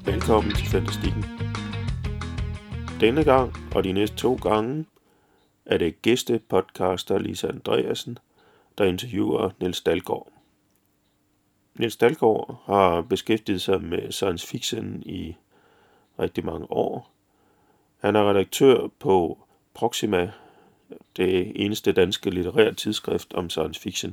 Velkommen til Fantastikken. Denne gang og de næste 2 gange er det gæstepodcaster Lisa Andreasen, der interviewer Niels Dalgaard. Niels Dalgaard har beskæftiget sig med science fiction i rigtig mange år. Han er redaktør på Proxima, det eneste danske litterære tidsskrift om science fiction.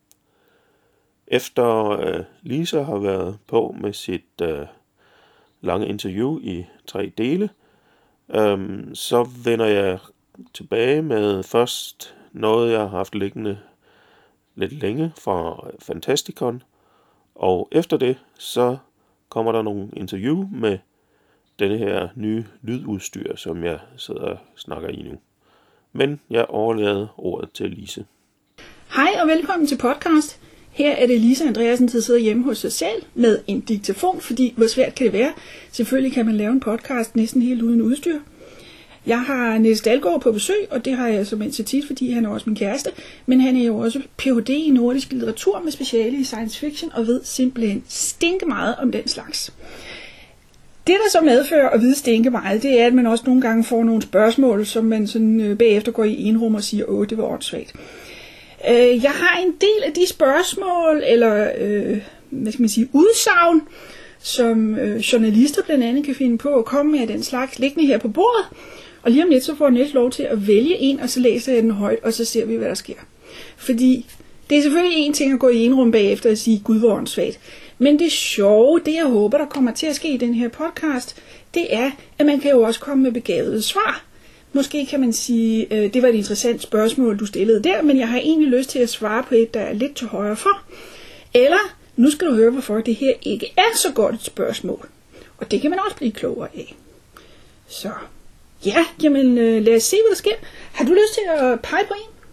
Efter Lisa har været på med sit lange interview i 3 dele, så vender jeg tilbage med først noget, jeg har haft liggende lidt længe fra Fantastikon, og efter det, så kommer der nogle interview med denne her nye lydudstyr, som jeg sidder og snakker i nu. Men jeg overlader ordet til Lise. Hej og velkommen til podcast. Her er det Lisa Andreasen, der sidder hjemme hos sig selv med en diktafon, fordi hvor svært kan det være? Selvfølgelig kan man lave en podcast næsten helt uden udstyr. Jeg har Niels Dalgaard på besøg, og det har jeg så mindst tit, fordi han er også min kæreste, men han er jo også Ph.D. i nordisk litteratur med speciale i science fiction og ved simpelthen stinke meget om den slags. Det, der så medfører at vide stinke meget, det er, at man også nogle gange får nogle spørgsmål, som man sådan bagefter går i enrum og siger, det var åndssvagt. Jeg har en del af de spørgsmål, eller udsagn, som journalister blandt andet kan finde på at komme med den slags liggende her på bordet. Og lige om lidt, så får Niels lov til at vælge en, og så læser jeg den højt, og så ser vi, hvad der sker. Fordi det er selvfølgelig en ting at gå i enrum bagefter og sige, Gud, hvor åndssvagt. Men det sjove, det jeg håber, der kommer til at ske i den her podcast, det er, at man kan jo også komme med begavede svar. Måske kan man sige, det var et interessant spørgsmål, du stillede der, men jeg har egentlig lyst til at svare på et, der er lidt til højre for. Eller, nu skal du høre, hvorfor det her ikke er så godt et spørgsmål. Og det kan man også blive klogere af. Så, ja, jamen lad os se, hvad der sker. Har du lyst til at pege på en?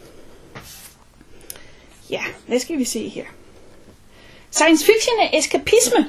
Ja, hvad skal vi se her? Science fiction er eskapisme.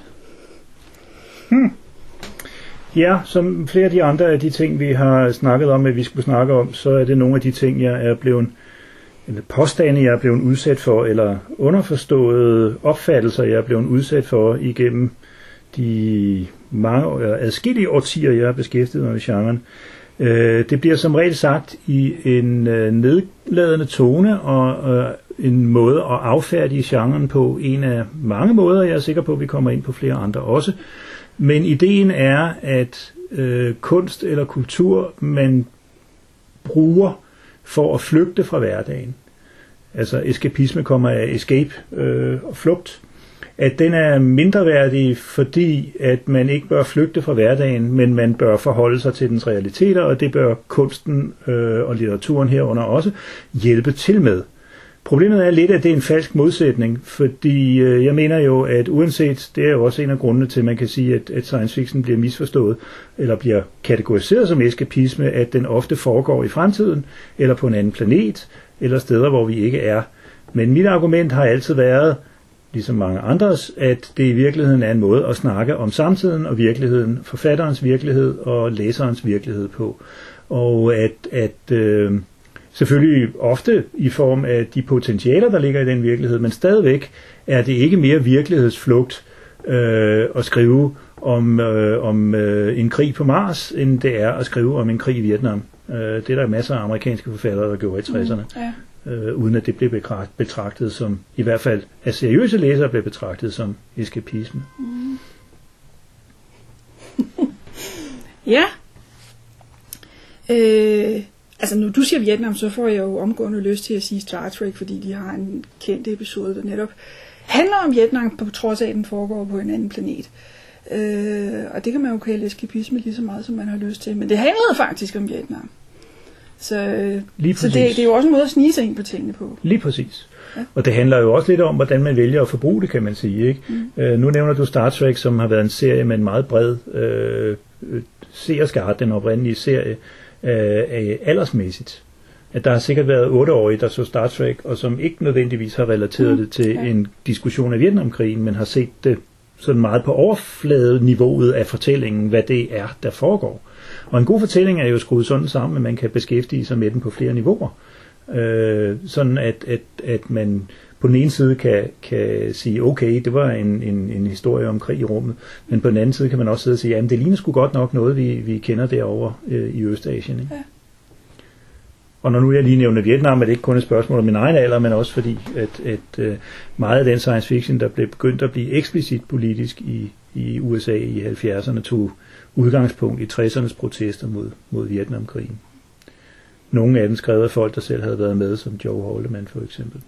Ja, som flere af de andre af de ting, vi har snakket om, at vi skulle snakke om, så er det nogle af de ting, jeg er blevet, eller påstande, jeg er blevet udsat for, eller underforståede opfattelser, jeg er blevet udsat for igennem de mange adskillige årtier, jeg har beskæftiget mig med genren. Det bliver som regel sagt i en nedladende tone og en måde at affærdige genren på. En af mange måder, jeg er sikker på, at vi kommer ind på flere andre også. Men ideen er, at kunst eller kultur, man bruger for at flygte fra hverdagen, altså eskapisme kommer af escape og flugt, at den er mindreværdig, fordi at man ikke bør flygte fra hverdagen, men man bør forholde sig til dens realiteter, og det bør kunsten og litteraturen herunder også hjælpe til med. Problemet er lidt, at det er en falsk modsætning, fordi jeg mener jo, at uanset, det er jo også en af grundene til, at man kan sige, at science fiction bliver misforstået, eller bliver kategoriseret som eskapisme, at den ofte foregår i fremtiden, eller på en anden planet, eller steder, hvor vi ikke er. Men mit argument har altid været, ligesom mange andres, at det i virkeligheden er en måde at snakke om samtiden og virkeligheden, forfatterens virkelighed og læserens virkelighed på. Og at selvfølgelig ofte i form af de potentialer, der ligger i den virkelighed, men stadigvæk er det ikke mere virkelighedsflugt at skrive om en krig på Mars, end det er at skrive om en krig i Vietnam. Det er der masser af amerikanske forfattere, der gjorde i 60'erne, uden at det blev betragtet som, i hvert fald af seriøse læsere, blev betragtet som eskapisme. Ja. Altså, når du siger Vietnam, så får jeg jo omgående lyst til at sige Star Trek, fordi de har en kendt episode, der netop handler om Vietnam, på trods af, at den foregår på en anden planet. Og det kan man jo kalde eskapisme lige så meget, som man har lyst til. Men det handlede faktisk om Vietnam. Så det er jo også en måde at snige sig ind på tingene på. Lige præcis. Ja. Og det handler jo også lidt om, hvordan man vælger at forbruge det, kan man sige. Ikke? Nu nævner du Star Trek, som har været en serie med en meget bred seerskare, den oprindelige serie, aldersmæssigt. At der har sikkert været 8-årige, der så Star Trek, og som ikke nødvendigvis har relateret det til en diskussion af Vietnamkrigen, men har set det sådan meget på overfladeniveauet af fortællingen, hvad det er, der foregår. Og en god fortælling er jo skruet sådan sammen, at man kan beskæftige sig med den på flere niveauer. Sådan at man på den ene side kan sige, okay, det var en historie om krig i rummet, men på den anden side kan man også sidde og sige, jamen det ligner sgu godt nok noget, vi kender derovre i Østasien. Ikke? Ja. Og når nu jeg lige nævner Vietnam, er det ikke kun et spørgsmål om min egen alder, men også fordi, at meget af den science fiction, der blev begyndt at blive eksplicit politisk i USA i 70'erne, tog udgangspunkt i 60'ernes protester mod Vietnamkrigen. Nogle af dem skrev af folk, der selv havde været med, som Joe Haldeman for eksempel.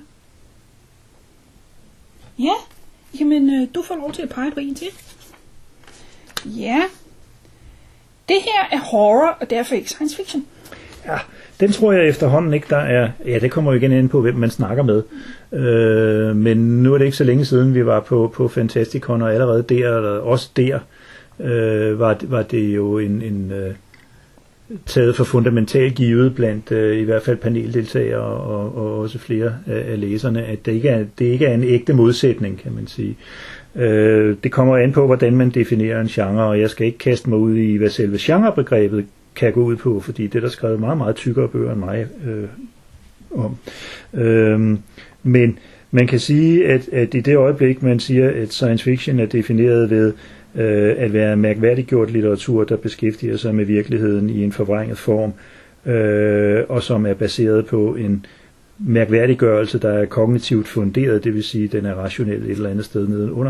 Ja, jamen du får lov til at pege på en til. Ja, det her er horror, og derfor ikke science fiction. Ja, den tror jeg efterhånden ikke, der er... Ja, det kommer jo igen ind på, hvem man snakker med. Men nu er det ikke så længe siden, vi var på Fantasticon, og allerede der, eller også der, var det jo en taget for fundamentalt givet blandt i hvert fald paneldeltagere og også flere af læserne, at det ikke er en ægte modsætning, kan man sige. Det kommer an på, hvordan man definerer en genre, og jeg skal ikke kaste mig ud i, hvad selve genrebegrebet kan gå ud på, fordi det er der skrevet meget, meget tykkere bøger end mig om. Men man kan sige, at i det øjeblik, man siger, at science fiction er defineret ved at være mærkværdiggjort litteratur, der beskæftiger sig med virkeligheden i en forvrænget form, og som er baseret på en mærkværdiggørelse, der er kognitivt funderet, det vil sige, den er rationel et eller andet sted nedenunder,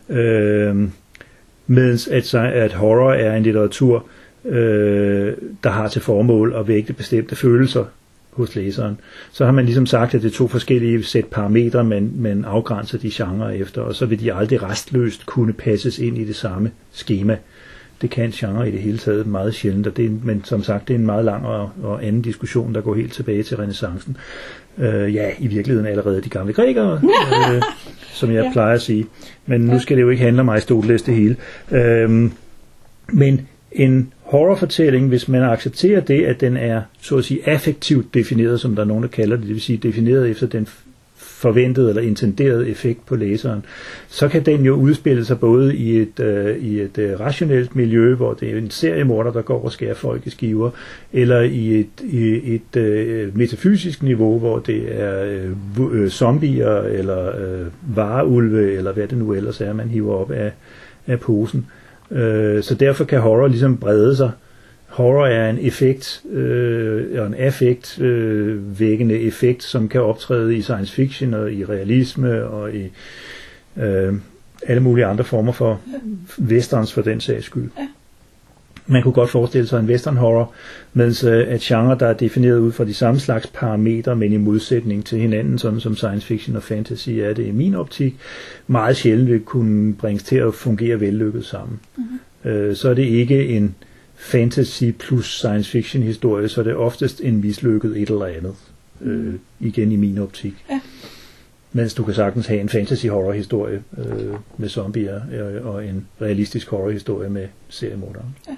mens at horror er en litteratur, der har til formål at vægte bestemte følelser hos læseren. Så har man ligesom sagt, at det er to forskellige sæt parametre, man afgrænser de genrer efter, og så vil de aldrig restløst kunne passes ind i det samme skema. Det kan genre i det hele taget meget sjældent, og men som sagt, det er en meget lang og anden diskussion, der går helt tilbage til renæssancen. I virkeligheden allerede de gamle grækere, som jeg plejer at sige. Men nu skal det jo ikke handle om Aristoteles det hele. Men en horrorfortælling, hvis man accepterer det, at den er, så at sige, affektivt defineret, som der er nogen, der kalder det, det vil sige defineret efter den forventede eller intenderede effekt på læseren, så kan den jo udspille sig både i et rationelt miljø, hvor det er en seriemorder, der går og skærer folk i skiver, eller i et metafysisk niveau, hvor det er zombier, eller vareulve, eller hvad det nu ellers er, man hiver op af posen. Så derfor kan horror ligesom brede sig. Horror er en effekt, en affektvækkende effekt, som kan optræde i science fiction og i realisme og i alle mulige andre former for westerns for den sags skyld. Ja. Man kunne godt forestille sig en western horror, mens at genre, der er defineret ud fra de samme slags parametre, men i modsætning til hinanden, sådan som science fiction og fantasy er det i min optik, meget sjældent vil kunne bringes til at fungere vellykket sammen. Mm-hmm. Så er det ikke en fantasy plus science fiction historie, så er det oftest en mislykket et eller andet. Igen i min optik. Ja. Mens du kan sagtens have en fantasy horror historie med zombier og en realistisk horror historie med seriemordere. Ja.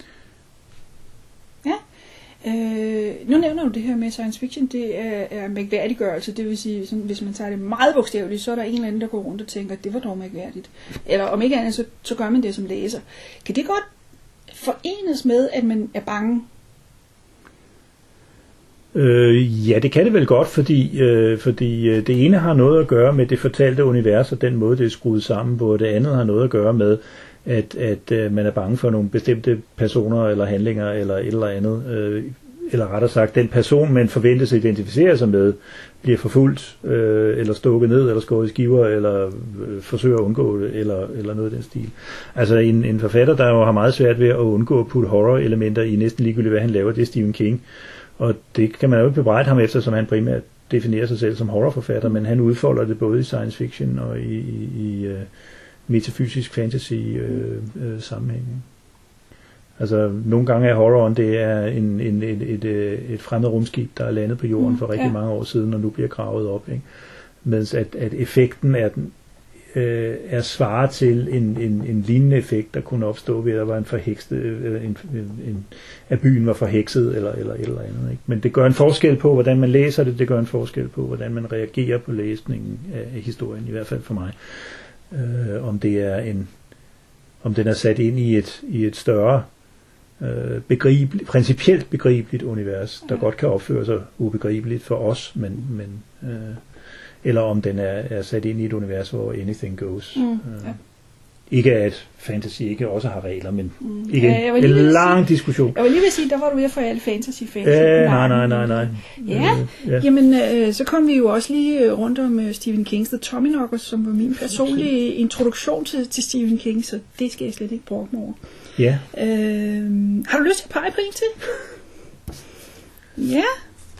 Nu nævner du det her med science fiction, det er mærkværdiggørelse, det vil sige, sådan, hvis man tager det meget bogstaveligt, så er der en eller anden, der går rundt og tænker, det var dog mærkværdigt. Eller om ikke andet, så gør man det som læser. Kan det godt forenes med, at man er bange? Ja, det kan det vel godt, fordi det ene har noget at gøre med det fortalte univers og den måde, det er skruet sammen på, og det andet har noget at gøre med, at man er bange for nogle bestemte personer eller handlinger eller et eller andet, eller rettere sagt, den person, man forventes at identificere sig med, bliver forfulgt, eller stukket ned, eller skåret i skiver, eller forsøger at undgå det, eller noget af den stil. Altså en forfatter, der jo har meget svært ved at undgå at putte horror-elementer i næsten ligegyldigt, hvad han laver, det er Stephen King. Og det kan man jo ikke bebrejde ham efter, som han primært definerer sig selv som horrorforfatter, men han udfolder det både i science fiction og i metafysisk fantasy sammenhæng. Altså nogle gange er horroren, det er et fremmed rumskib, der er landet på jorden for rigtig mange år siden, og nu bliver gravet op. Ikke? Mens at effekten er svaret til en lignende effekt, der kunne opstå ved, at der var en forhekset, at byen var forhekset, eller et eller andet. Ikke? Men det gør en forskel på, hvordan man læser det, det gør en forskel på, hvordan man reagerer på læsningen af historien, i hvert fald for mig. Om den er sat ind i et større principielt begribeligt univers, der godt kan opføre sig ubegribeligt for os, men eller om den er sat ind i et univers, hvor anything goes. Ja. Ikke at fantasy ikke også har regler, men ikke en lang diskussion. Jeg var lige ved at sige, der var du ved at få alle fantasy-fans. Nej. Ja. Jamen, så kom vi jo også lige rundt om Stephen Kings The Tommyknockers, som var min personlige introduktion til Stephen King, så det skal jeg slet ikke bruge mig over. Ja. Har du lyst til at pege på en til? Ja.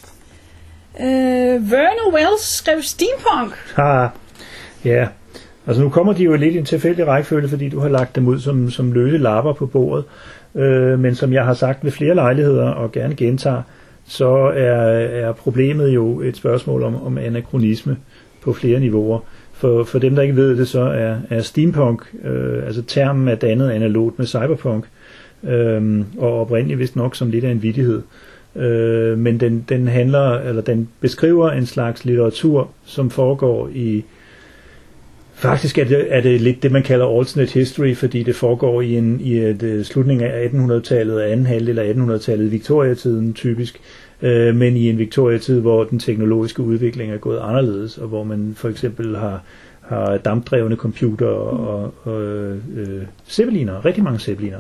Vernon Wells skrev steampunk. Ja. Altså nu kommer de jo lidt i en tilfældig rækkefølge, fordi du har lagt dem ud som løse lapper på bordet. Men som jeg har sagt ved flere lejligheder, og gerne gentager, så er problemet jo et spørgsmål om anakronisme på flere niveauer. For dem, der ikke ved det, så er steampunk, altså termen er dannet analogt med cyberpunk, og oprindeligt vist nok som lidt af en vittighed. Men den beskriver en slags litteratur, som foregår i... Faktisk er det lidt det, man kalder alternate history, fordi det foregår i et slutning af 1800-tallet, anden halvdel af 1800-tallet, Victoria-tiden typisk, men i en Victoria-tid, hvor den teknologiske udvikling er gået anderledes, og hvor man for eksempel har dampdrevne computer og zeppeliner, rigtig mange zeppeliner.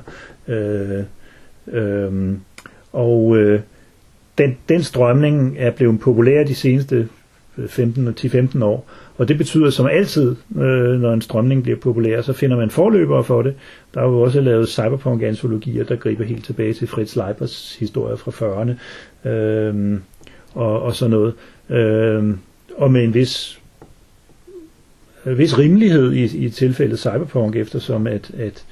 Den strømning er blevet populær de seneste 10-15 år, og det betyder som altid, når en strømning bliver populær, så finder man forløbere for det. Der er jo også lavet cyberpunk-antologier, der griber helt tilbage til Fritz Leipers historier fra 40'erne, og sådan noget. Og med en vis rimelighed i tilfældet cyberpunk, eftersom at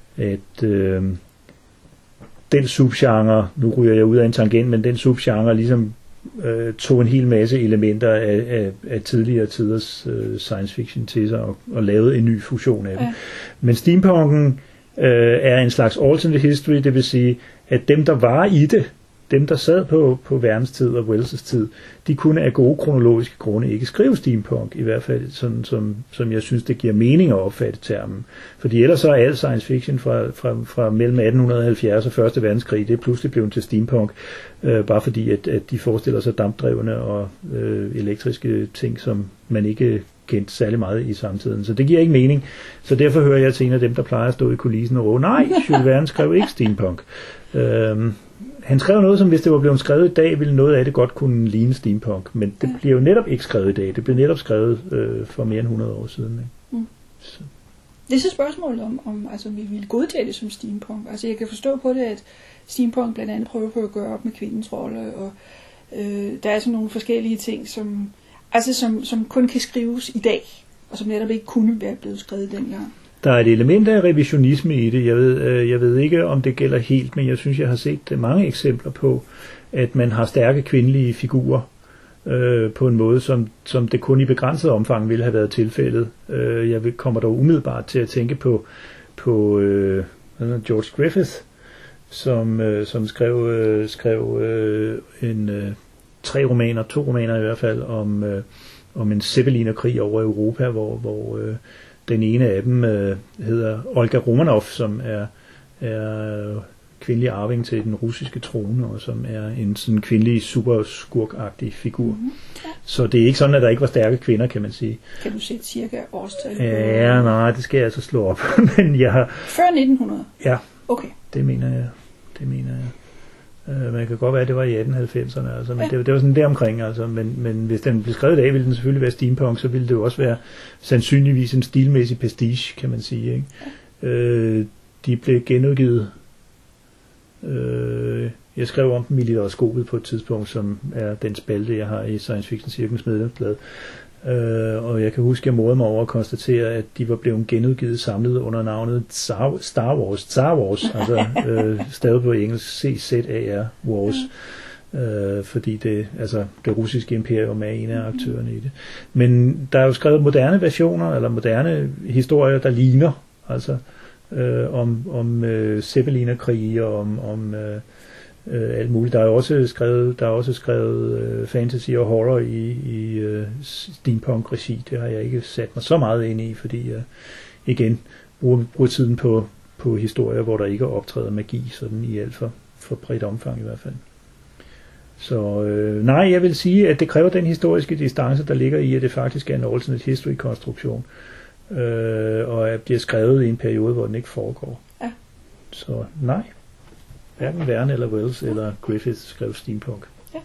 den subgenre, nu ryger jeg ud af en tangent, men den subgenre ligesom tog en hel masse elementer af tidligere tiders science fiction til sig og lavede en ny fusion af dem. Ja. Men steampunken er en slags alternate history, det vil sige, at dem, der var i det, dem, der sad på Vernes tid og Wells' tid, de kunne af gode kronologiske grunde ikke skrive steampunk, i hvert fald sådan, som jeg synes, det giver mening at opfatte termen. Fordi ellers så er al science fiction fra mellem 1870 og 1. verdenskrig, det er pludselig blevet til steampunk, bare fordi, at de forestiller sig dampdrevne og elektriske ting, som man ikke kendte særlig meget i samtiden. Så det giver ikke mening. Så derfor hører jeg til en af dem, der plejer at stå i kulissen og råbe, nej, Jules Verne skrev ikke steampunk. Han skrev noget, som hvis det var blevet skrevet i dag, ville noget af det godt kunne ligne steampunk, men det bliver jo netop ikke skrevet i dag. Det blev netop skrevet for mere end 100 år siden. Ikke? Så. Det er så et spørgsmål om altså, vi vil godtage det som steampunk. Altså jeg kan forstå på det, at steampunk blandt andet prøver på at gøre op med kvindens rolle, og der er sådan nogle forskellige ting, som kun kan skrives i dag, og som netop ikke kunne være blevet skrevet dengang. Der er et element af revisionisme i det. Jeg ved ikke, om det gælder helt, men jeg synes, jeg har set mange eksempler på, at man har stærke kvindelige figurer på en måde, som det kun i begrænset omfang ville have været tilfældet. Jeg kommer dog umiddelbart til at tænke på George Griffith, som skrev to romaner i hvert fald, om en zeppelinerkrig over Europa, hvor den ene af dem hedder Olga Romanov, som er kvindelig arving til den russiske trone, og som er en sådan kvindelig superskurkagtig figur. Mm-hmm. Ja. Så det er ikke sådan, at der ikke var stærke kvinder, kan man sige. Kan du sætte cirka årstal? Ja, nej, det skal jeg altså slå op. Men jeg har... Før 1900? Ja, okay. Det mener jeg. Men det kan godt være, at det var i 1890'erne, altså, men det var sådan deromkring, altså, men hvis den blev skrevet i dag, ville den selvfølgelig være steampunk, så ville det jo også være sandsynligvis en stilmæssig pastiche, kan man sige, ikke? Ja. De blev genudgivet. Jeg skrev om dem i Litteraturskoleskopet på et tidspunkt, som er den spalte, jeg har i Science Fiction Cirkens medlemsblad. Og jeg kan huske, at jeg morede mig over at konstatere, at de var blevet genudgivet samlet under navnet Star Wars, altså stavet på engelsk CZAR Wars, fordi det russiske imperium er en af aktørerne i det. Men der er jo skrevet moderne versioner, eller moderne historier, der ligner, altså om zeppelinerkrige og om alt muligt. Der er også skrevet fantasy og horror i steampunk-regi. Det har jeg ikke sat mig så meget ind i, fordi jeg igen bruger tiden på historier, hvor der ikke optræder magi sådan i alt for bredt omfang i hvert fald. Så nej, jeg vil sige, at det kræver den historiske distance, der ligger i, at det faktisk er en alternate history-konstruktion, og at det bliver skrevet i en periode, hvor den ikke foregår. Ja. Så nej, hverken Verne eller Wells eller Griffith skrev steampunk. Ja.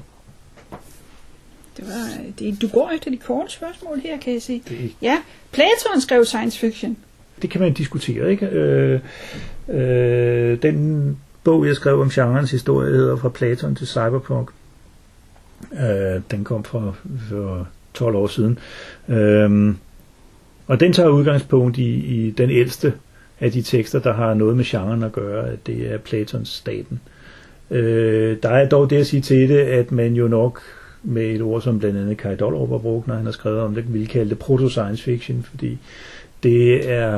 Du går efter de korte spørgsmål her, kan jeg se. Ja, Platon skrev science fiction. Det kan man diskutere, ikke? Den bog, jeg skrev om genrens historie, hedder Fra Platon til Cyberpunk. Den kom for 12 år siden. Og den tager udgangspunkt i den ældste af de tekster, der har noget med genren at gøre, at det er Platons Staten. Der er dog det at sige til det, at man jo nok med et ord, som blandt andet Kai Dollerup har brugt, når han har skrevet om det, vil kalde det proto-science fiction, fordi det er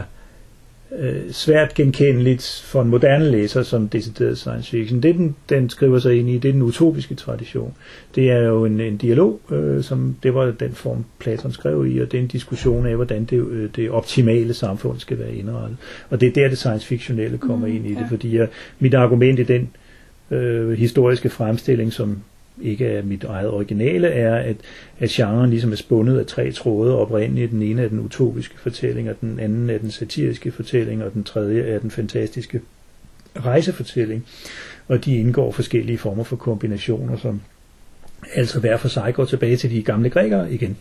svært genkendeligt for en moderne læser som decideret science fiction. Det den skriver sig ind i, det er den utopiske tradition. Det er jo en dialog, som det var den form Platon skrev i, og det er en diskussion af, hvordan det optimale samfund skal være indrettet. Og det er der det science fictionelle kommer ind i det, fordi mit argument i den historiske fremstilling, som ikke er mit eget originale, er, at genren ligesom er spundet af 3 tråde. Oprindeligt den ene er den utopiske fortælling, og den anden er den satiriske fortælling, og den tredje er den fantastiske rejsefortælling. Og de indgår forskellige former for kombinationer, som altså hver for sig går tilbage til de gamle grækere igen.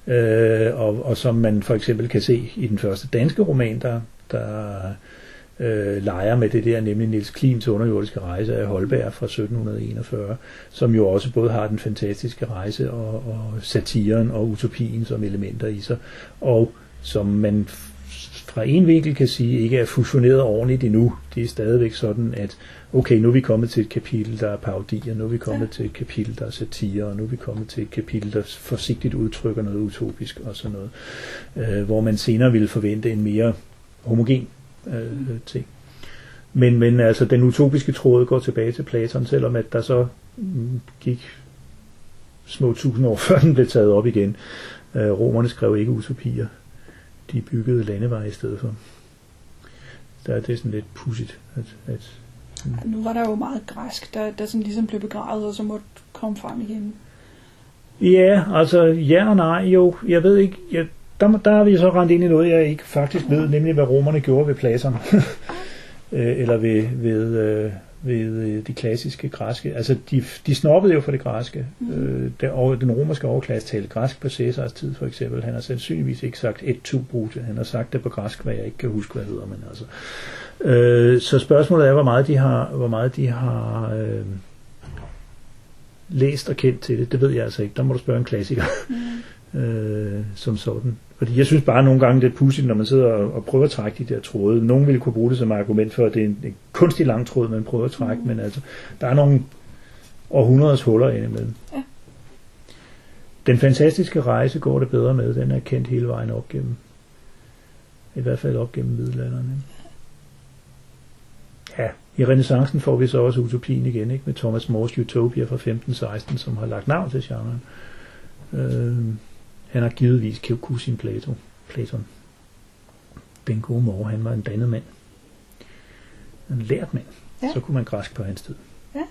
Og som man for eksempel kan se i den første danske roman, der leger med det der, nemlig Niels Klims underjordiske rejse af Holberg fra 1741, som jo også både har den fantastiske rejse og satiren og utopien som elementer i sig, og som man fra en vinkel kan sige ikke er fusioneret ordentligt endnu. Det er stadigvæk sådan, at okay, nu er vi kommet til et kapitel, der er parodier, nu er vi kommet til et kapitel, der er satire, og nu er vi kommet til et kapitel, der forsigtigt udtrykker noget utopisk og sådan noget, hvor man senere ville forvente en mere homogen ting. Men altså den utopiske tråd går tilbage til Platon, selvom at der så gik små 1000 år før den blev taget op igen. Romerne skrev ikke utopier. De byggede landeveje i stedet for. Der er det sådan lidt pudsigt. Nu var der jo meget græsk, der sådan ligesom blev begravet, og så måtte komme frem igen. Ja, altså ja og nej. Jo, jeg ved ikke. Der har vi så rendt ind i noget, jeg ikke faktisk ved, nemlig hvad romerne gjorde ved Platon. Eller ved de klassiske græske. Altså, de snobbede jo for det græske. Den romerske overklasse talte græsk på Cæsars tid, for eksempel. Han har sandsynligvis ikke sagt et tu brute. Han har sagt det på græsk, hvad jeg ikke kan huske, hvad det hedder. Men altså. Så spørgsmålet er, hvor meget de har læst og kendt til det. Det ved jeg altså ikke. Der må du spørge en klassiker. Som sådan. Fordi jeg synes bare nogle gange, det er pudsigt, når man sidder og prøver at trække de der tråde. Nogen ville kunne bruge det som argument for, at det er en kunstig lang tråd, man prøver at trække, men altså, der er nogle århundreders huller indimellem. Ja. Den fantastiske rejse går det bedre med. Den er kendt hele vejen op gennem, i hvert fald op gennem middelalderen. Ja, i renaissancen får vi så også utopien igen, ikke? Med Thomas Moores Utopia fra 1516, som har lagt navn til genren. Han har givetvis kusin Platon. Den gode mor, han var en dannet mand. En lært mand. Ja. Så kunne man græsk på hans tid. Ja.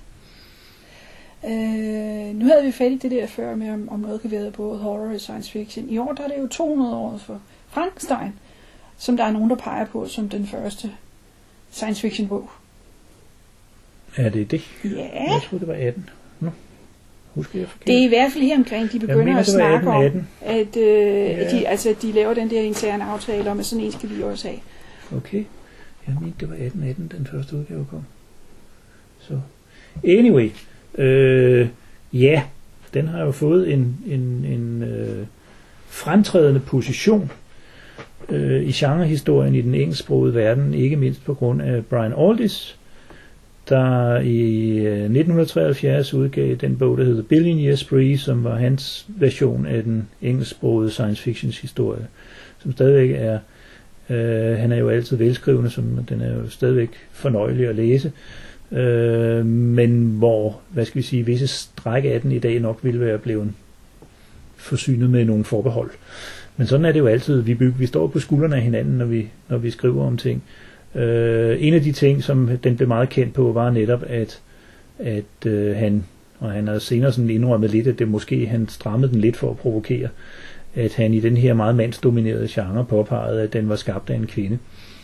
Nu havde vi fat i det der før med, om noget kan være både horror og science fiction. I år der er det jo 200 år for Frankenstein, som der er nogen, der peger på som den første science fiction bog. Er det det? Ja. Jeg troede, det var 18. Det er i hvert fald her omkring, de begynder at snakke om, at de laver den der interne aftale om, at sådan en skal vi også have. Okay. Jeg mente, det var 1818, den første udgave kom. Så. Anyway. Ja, den har jo fået en fremtrædende position i genrehistorien i den engelsksprogede verden, ikke mindst på grund af Brian Aldiss, der i 1973 udgav den bog, der hedder Billion Year Spree, som var hans version af den engelsksprogede science fictions historie, som stadigvæk er, han er jo altid velskrivende, som den er jo stadigvæk fornøjelig at læse, men hvor, visse stræk af den i dag nok ville være blevet forsynet med nogle forbehold. Men sådan er det jo altid. Vi står på skuldrene af hinanden, når vi skriver om ting. En af de ting, som den blev meget kendt på, var netop, at han og han har senere sådan indrømmet lidt, at det måske han strammede den lidt for at provokere, at han i den her meget mandsdominerede genre påpegede, at den var skabt af en kvinde.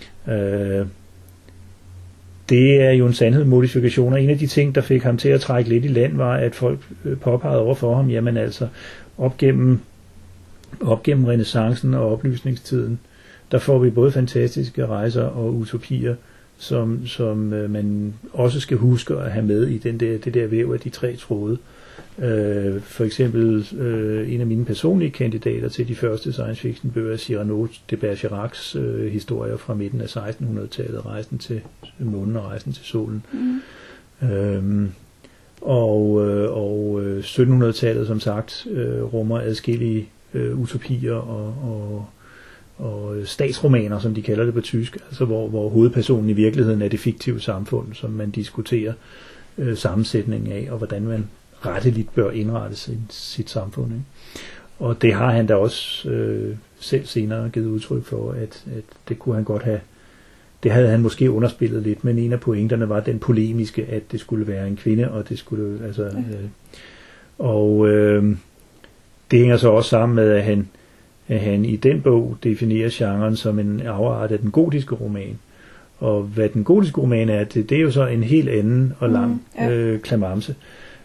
Det er jo en sandhed modifikation, og en af de ting, der fik ham til at trække lidt i land, var, at folk påpegede over for ham, jamen altså, op gennem renæssancen og oplysningstiden, der får vi både fantastiske rejser og utopier, som man også skal huske at have med i det der væv af de tre tråde. For eksempel en af mine personlige kandidater til de første science fiction bøger er Cyrano de Bergeracs historier fra midten af 1600-tallet, rejsen til månen og rejsen til solen. Og 1700-tallet som sagt rummer adskillige utopier og statsromaner, som de kalder det på tysk, altså hvor hovedpersonen i virkeligheden er det fiktive samfund, som man diskuterer sammensætningen af, og hvordan man retteligt bør indrette sit samfund. Ikke? Og det har han da også selv senere givet udtryk for, at det kunne han godt have. Det havde han måske underspillet lidt, men en af pointerne var den polemiske, at det skulle være en kvinde, og det skulle det hænger så også sammen med, at han i den bog definerer genren som en afart af den gotiske roman. Og hvad den gotiske roman er, det er jo så en helt anden og lang klamamse,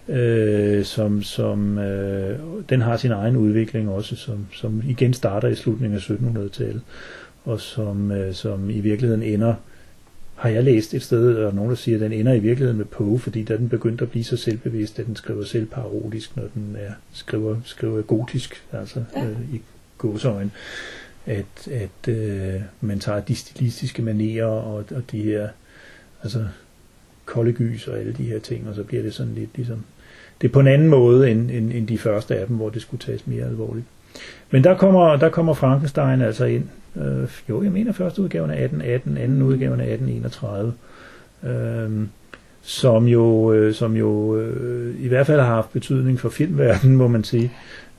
som den har sin egen udvikling også, som igen starter i slutningen af 1700-tallet, og som i virkeligheden ender, har jeg læst et sted, og nogen der siger, at den ender i virkeligheden med Poe, fordi da den begyndte at blive så selvbevidst, at den skriver selvparodisk, når den skriver gotisk, altså i gåseøjne, at man tager de stilistiske manerer og de her altså koldegys og alle de her ting, og så bliver det sådan lidt ligesom, det er på en anden måde end de første af dem, hvor det skulle tages mere alvorligt. Men der kommer Frankenstein altså ind. Jeg mener første udgaven af 1818, anden udgaven af 1831, som jo i hvert fald har haft betydning for filmverdenen, må man sige,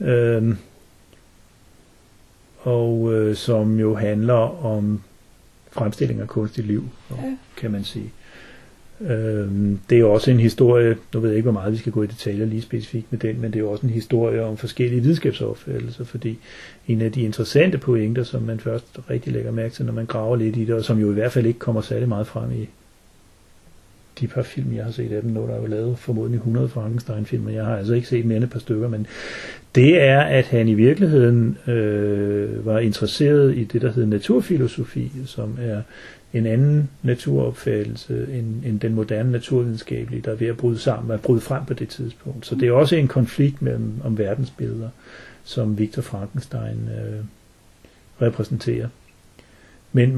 og som jo handler om fremstilling af kunstigt liv, kan man sige. Det er jo også en historie, nu ved jeg ikke, hvor meget vi skal gå i detaljer lige specifikt med den, men det er jo også en historie om forskellige videnskabsopfattelser, fordi en af de interessante pointer, som man først rigtig lægger mærke til, når man graver lidt i det, og som jo i hvert fald ikke kommer særlig meget frem i de par film, jeg har set af dem, når der er jo lavet formodentlig 100 Frankenstein-filmer, jeg har altså ikke set mere end et par stykker, men det er, at han i virkeligheden var interesseret i det, der hedder naturfilosofi, som er en anden naturopfattelse end den moderne naturvidenskabelige, der er ved at bryde sammen, at bryde frem på det tidspunkt. Så det er også en konflikt om verdensbilleder, som Victor Frankenstein repræsenterer. Men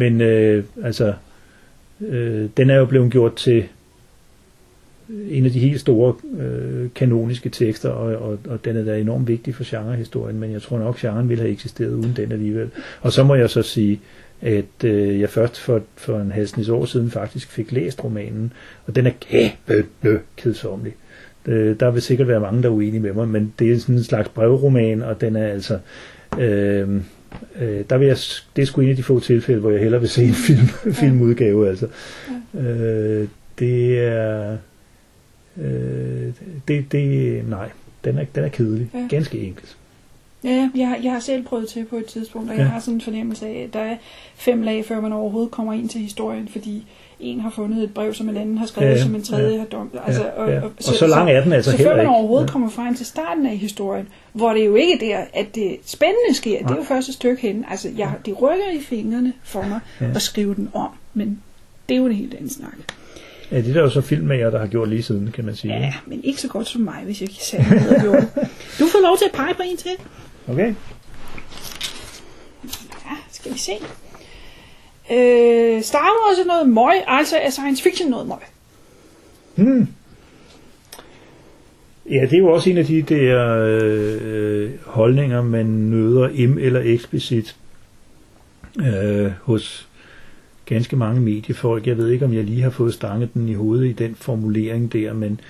den er jo blevet gjort til en af de helt store kanoniske tekster, og den er da enormt vigtig for genrehistorien, men jeg tror nok, genren ville have eksisteret uden den alligevel. Og så må jeg så sige, at jeg først for en halvsnes år siden faktisk fik læst romanen, og den er kedsomlig. Der vil sikkert være mange, der er uenige med mig, men det er sådan en slags brevroman, og den er altså der vil det er sgu en af de få tilfælde, hvor jeg hellere vil se en filmudgave, altså. Det er nej, den er kedelig, ganske enkelt. Ja, jeg har selv prøvet til på et tidspunkt, og jeg har sådan en fornemmelse af, at der er 5 lag, før man overhovedet kommer ind til historien, fordi en har fundet et brev, som en anden har skrevet, som en tredje har dømt. Altså, og så lang er den altså så heller ikke. Så før man overhovedet kommer frem til starten af historien, hvor det jo ikke er der, at det spændende sker, det er jo første stykke hen. Altså, de rykker i fingrene for mig at skrive den om, men det er jo en helt anden snak. Ja, det er jo så filmmager, der har gjort lige siden, kan man sige. Ja, men ikke så godt som mig, hvis jeg ikke selv havde gjort det. Du får lov til at pege på en til. Okay. Ja, skal vi se. Star Wars er noget møg, altså er science fiction noget møg. Ja, det er jo også en af de der holdninger, man møder eller eksplicit hos ganske mange mediefolk. Jeg ved ikke, om jeg lige har fået stanget den i hovedet i den formulering der,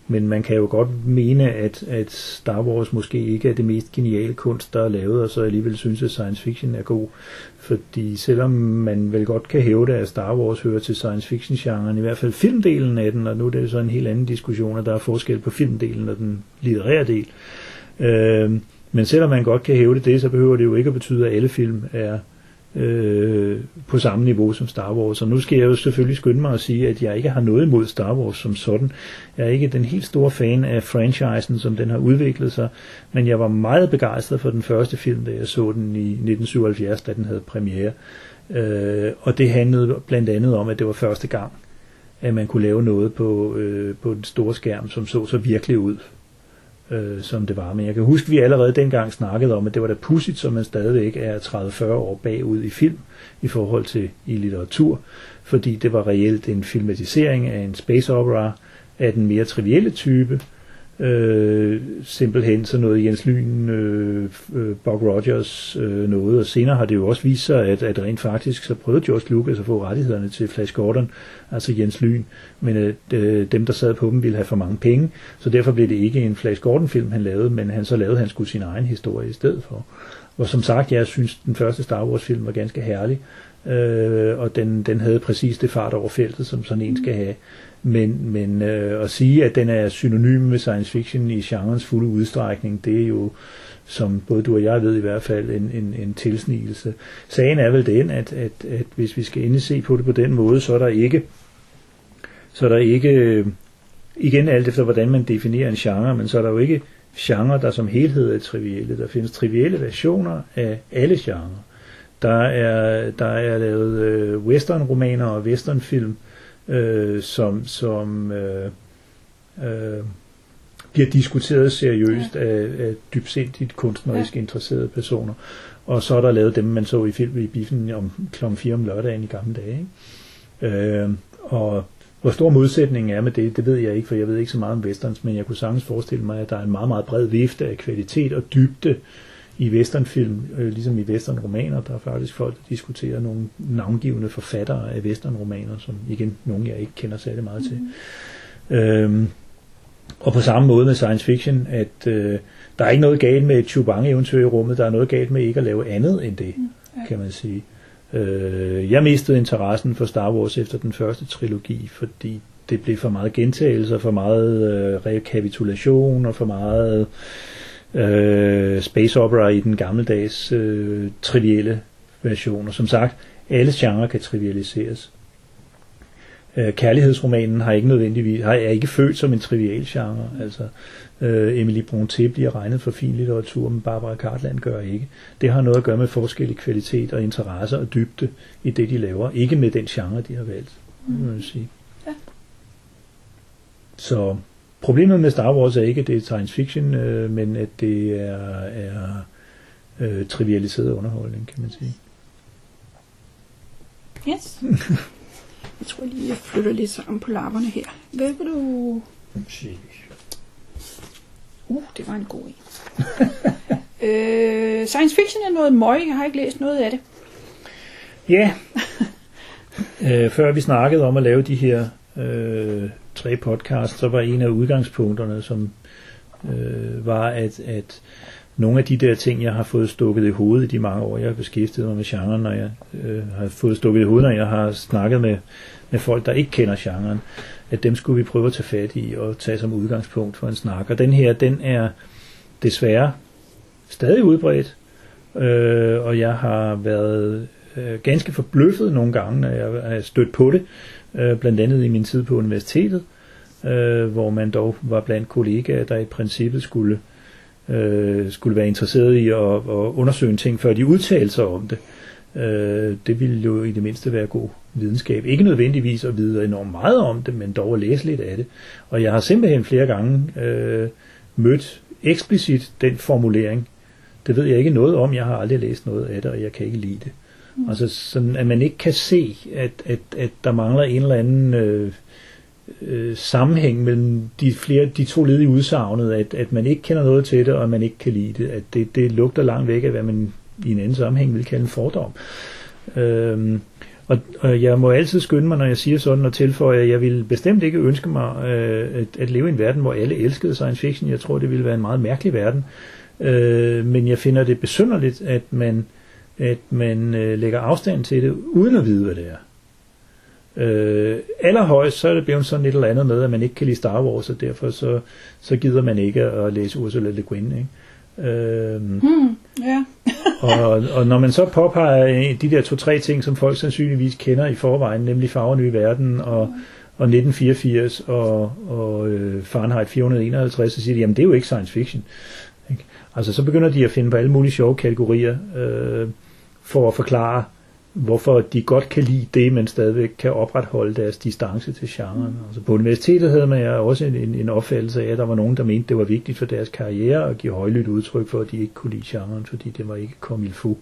Men man kan jo godt mene, at Star Wars måske ikke er det mest geniale kunst, der er lavet, og så alligevel synes, at science fiction er god. Fordi selvom man vel godt kan hævde, at Star Wars hører til science fiction-genren, i hvert fald filmdelen af den, og nu er det så en helt anden diskussion, at der er forskel på filmdelen og den litterære del. Men selvom man godt kan hævde det, så behøver det jo ikke at betyde, at alle film er på samme niveau som Star Wars. Og nu skal jeg jo selvfølgelig skynde mig at sige, at jeg ikke har noget imod Star Wars som sådan. Jeg er ikke den helt store fan af franchisen, som den har udviklet sig, men jeg var meget begejstret for den første film, da jeg så den i 1977, da den havde premiere. Og det handlede blandt andet om, at det var første gang, at man kunne lave noget på den store skærm, som så virkelig ud, som det var. Men jeg kan huske, at vi allerede dengang snakkede om, at det var da pudsigt, så man stadigvæk er 30-40 år bagud i film i forhold til i litteratur, fordi det var reelt en filmatisering af en space opera af den mere trivielle type, simpelthen så noget Jens Lyn, Buck Rogers noget, og senere har det jo også vist sig, at rent faktisk så prøvede George Lucas at få rettighederne til Flash Gordon, altså Jens Lyn, men dem der sad på dem ville have for mange penge, så derfor blev det ikke en Flash Gordon film han lavede, men han lavede sgu sin egen historie i stedet for. Og som sagt, jeg synes den første Star Wars film var ganske herlig, og den havde præcis det fart over feltet, som sådan en skal have. Men at sige, at den er synonym med science fiction i genrens fulde udstrækning, det er jo, som både du og jeg ved i hvert fald, en tilsnigelse. Sagen er vel den, at hvis vi skal endelig se på det på den måde, så er der ikke igen alt efter hvordan man definerer en genre, men så er der jo ikke genre, der som helhed er trivielle. Der findes trivielle versioner af alle genrer. Der er lavet westernromaner og westernfilm, som bliver diskuteret seriøst af dybsindigt kunstnerisk interesserede personer. Og så er der lavet dem, man så i film i biffen om kl. 4 om lørdagen i gamle dage. Ikke? Og hvor stor modsætningen er med det ved jeg ikke, for jeg ved ikke så meget om westerns, men jeg kunne sagtens forestille mig, at der er en meget, meget bred vifte af kvalitet og dybde i westernfilm, ligesom i westernromaner. Der er faktisk folk, der diskuterer nogle navngivende forfattere af westernromaner, som igen nogen jeg ikke kender særlig meget til. Og på samme måde med science fiction, at der er ikke noget galt med et Chewbacca-eventyr i rummet, der er noget galt med ikke at lave andet end det, kan man sige. Jeg mistede interessen for Star Wars efter den første trilogi, fordi det blev for meget gentagelser, for meget rekapitulation og for meget space opera i den gammeldags trivielle version. Og som sagt, alle genrer kan trivialiseres. Kærlighedsromanen er ikke født som en trivial genre. Altså Emily Brontë bliver regnet for fin litteratur, men Barbara Cartland gør ikke. Det har noget at gøre med forskel i kvalitet og interesse og dybde i det de laver, ikke med den genre de har valgt, må jeg sige. Ja. Så problemet med Star Wars er ikke, at det er science fiction, men at det er trivialiseret underholdning, kan man sige. Yes. Jeg tror lige, jeg flytter lidt sammen på lapperne her. Hvad vil du... det var en god en. Science fiction er noget møg. Jeg har ikke læst noget af det. Ja. Før vi snakkede om at lave de her 3 podcasts, så var en af udgangspunkterne, som var, at nogle af de der ting, jeg har fået stukket i hovedet i de mange år, jeg har beskæftiget mig med genren, når jeg har fået stukket i hovedet, når jeg har snakket med folk, der ikke kender genren, at dem skulle vi prøve at tage fat i og tage som udgangspunkt for en snak. Og den her, den er desværre stadig udbredt, og jeg har været ganske forbløffet nogle gange, når jeg har stødt på det, blandt andet i min tid på universitetet, hvor man dog var blandt kollegaer, der i princippet skulle være interesseret i at undersøge en ting, før de udtalte sig om det. Det ville jo i det mindste være god videnskab. Ikke nødvendigvis at vide enormt meget om det, men dog at læse lidt af det. Og jeg har simpelthen flere gange mødt eksplicit den formulering. Det ved jeg ikke noget om. Jeg har aldrig læst noget af det, og jeg kan ikke lide det. Altså sådan, at man ikke kan se, at der mangler en eller anden sammenhæng mellem de 2 led i udsagnet, at man ikke kender noget til det, og man ikke kan lide det. At det lugter langt væk af, hvad man i en anden sammenhæng vil kalde en fordom. Og jeg må altid skynde mig, når jeg siger sådan og tilføje, at jeg vil bestemt ikke ønske mig at leve i en verden, hvor alle elskede science fiction. Jeg tror, det ville være en meget mærkelig verden. Men jeg finder det besynderligt, at man lægger afstand til det, uden at vide, hvad det er. Allerhøjst, så er det blevet sådan et eller andet med, at man ikke kan lide Star Wars, og derfor så gider man ikke at læse Ursula Le Guin, ikke? Ja. og når man så påpeger de der 2-3 ting, som folk sandsynligvis kender i forvejen, nemlig Farver i verden og 1984 og Fahrenheit 451, så siger de, jamen det er jo ikke science fiction. Ikke? Altså så begynder de at finde på alle mulige sjove kategorier for at forklare, hvorfor de godt kan lide det, men stadigvæk kan opretholde deres distance til genren. Altså på universitetet havde man også en opfattelse af, at der var nogen, der mente, det var vigtigt for deres karriere at give højlydt udtryk for, at de ikke kunne lide genren, fordi det var ikke comme il faut.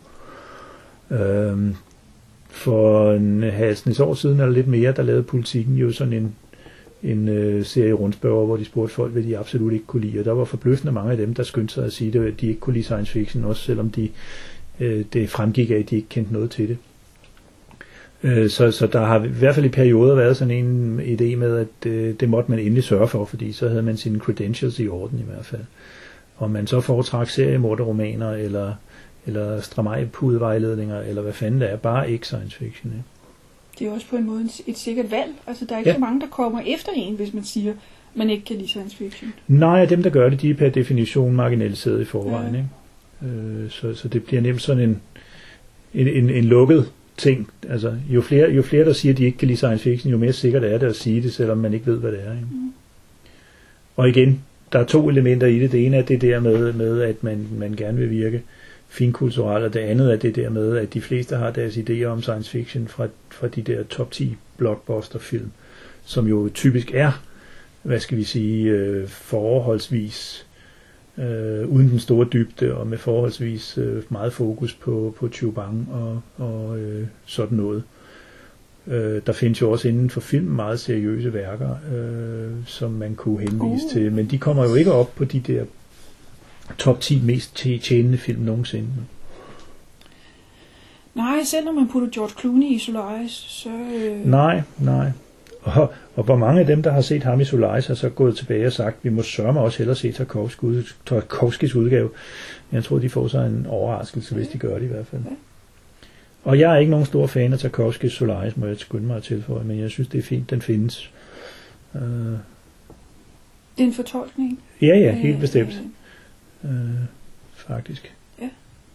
For en halvsnes år siden eller lidt mere, der lavede Politikken jo sådan en serie rundspørger, hvor de spurgte folk, hvad de absolut ikke kunne lide, og der var forbløffende mange af dem, der skyndte sig at sige, at de ikke kunne lide science fiction, også selvom det fremgik af, at de ikke kendte noget til det. Så der har i hvert fald i perioder været sådan en idé med, at det måtte man endelig sørge for, fordi så havde man sine credentials i orden i hvert fald. Om man så foretrak seriemorderromaner eller stramajpudevejledninger, eller hvad fanden det er, bare ikke science fiction. Ikke? Det er også på en måde et sikkert valg. Altså der er ikke så mange, der kommer efter en, hvis man siger, man ikke kan lide science fiction. Nej, dem der gør det, de er per definition marginaliseret i forvejen. Ikke? Så det bliver nemt sådan en lukket ting. Altså, jo flere der siger, at de ikke kan lide science fiction, jo mere sikkert er det at sige det, selvom man ikke ved, hvad det er. Ikke? Og igen, der er 2 elementer i det. Det ene er det der med at man gerne vil virke finkulturel, og det andet er det der med, at de fleste har deres idéer om science fiction fra de der top 10 blockbuster-film, som jo typisk er, hvad skal vi sige, forholdsvis uden den store dybde, og med forholdsvis meget fokus på Chubang og sådan noget. Der findes jo også inden for film meget seriøse værker, som man kunne henvise til, men de kommer jo ikke op på de der top 10 mest tjenende film nogensinde. Nej, selv når man putter George Clooney i Solaris, så... Nej. Og hvor mange af dem, der har set ham i Solaris, har så gået tilbage og sagt, vi må sørge også hellere se Tarkovskis udgave. Jeg tror, de får sig en overraskelse, hvis de gør det i hvert fald. Ja. Og jeg er ikke nogen stor fan af Tarkovskis Solaris, må jeg skynde mig at tilføje, men jeg synes, det er fint, den findes. Det er en fortolkning? Ja, helt bestemt. Faktisk. Ja.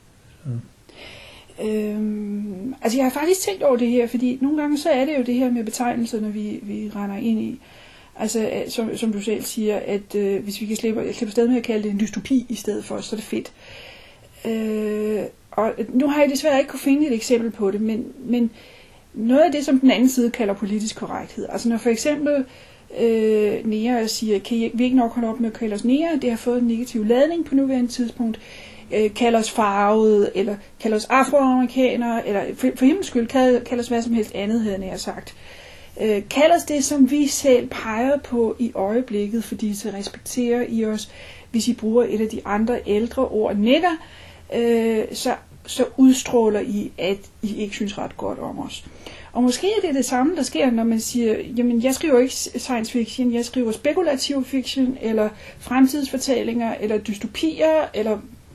Altså jeg har faktisk tænkt over det her, fordi nogle gange så er det jo det her med betegnelser, når vi render ind i, altså som du selv siger, at hvis vi kan slippe stadig med at kalde det en dystopi i stedet for, så er det fedt. Og nu har jeg desværre ikke kunne finde et eksempel på det, men noget af det, som den anden side kalder politisk korrekthed, altså når for eksempel nære siger, kan vi ikke nok holde op med at kalde os nære, det har fået en negativ ladning på nuværende tidspunkt, kalde os farvede, eller kalde os afroamerikanere, eller for himmelens skyld, kalde os hvad som helst andet, havde jeg sagt. Kald os det, som vi selv peger på i øjeblikket, fordi så respekterer I os, hvis I bruger et af de andre ældre ord, nigger, så udstråler I, at I ikke synes ret godt om os. Og måske er det det samme, der sker, når man siger, jamen jeg skriver ikke science fiction, jeg skriver spekulativ fiction, eller fremtidsfortællinger, eller dystopier, eller...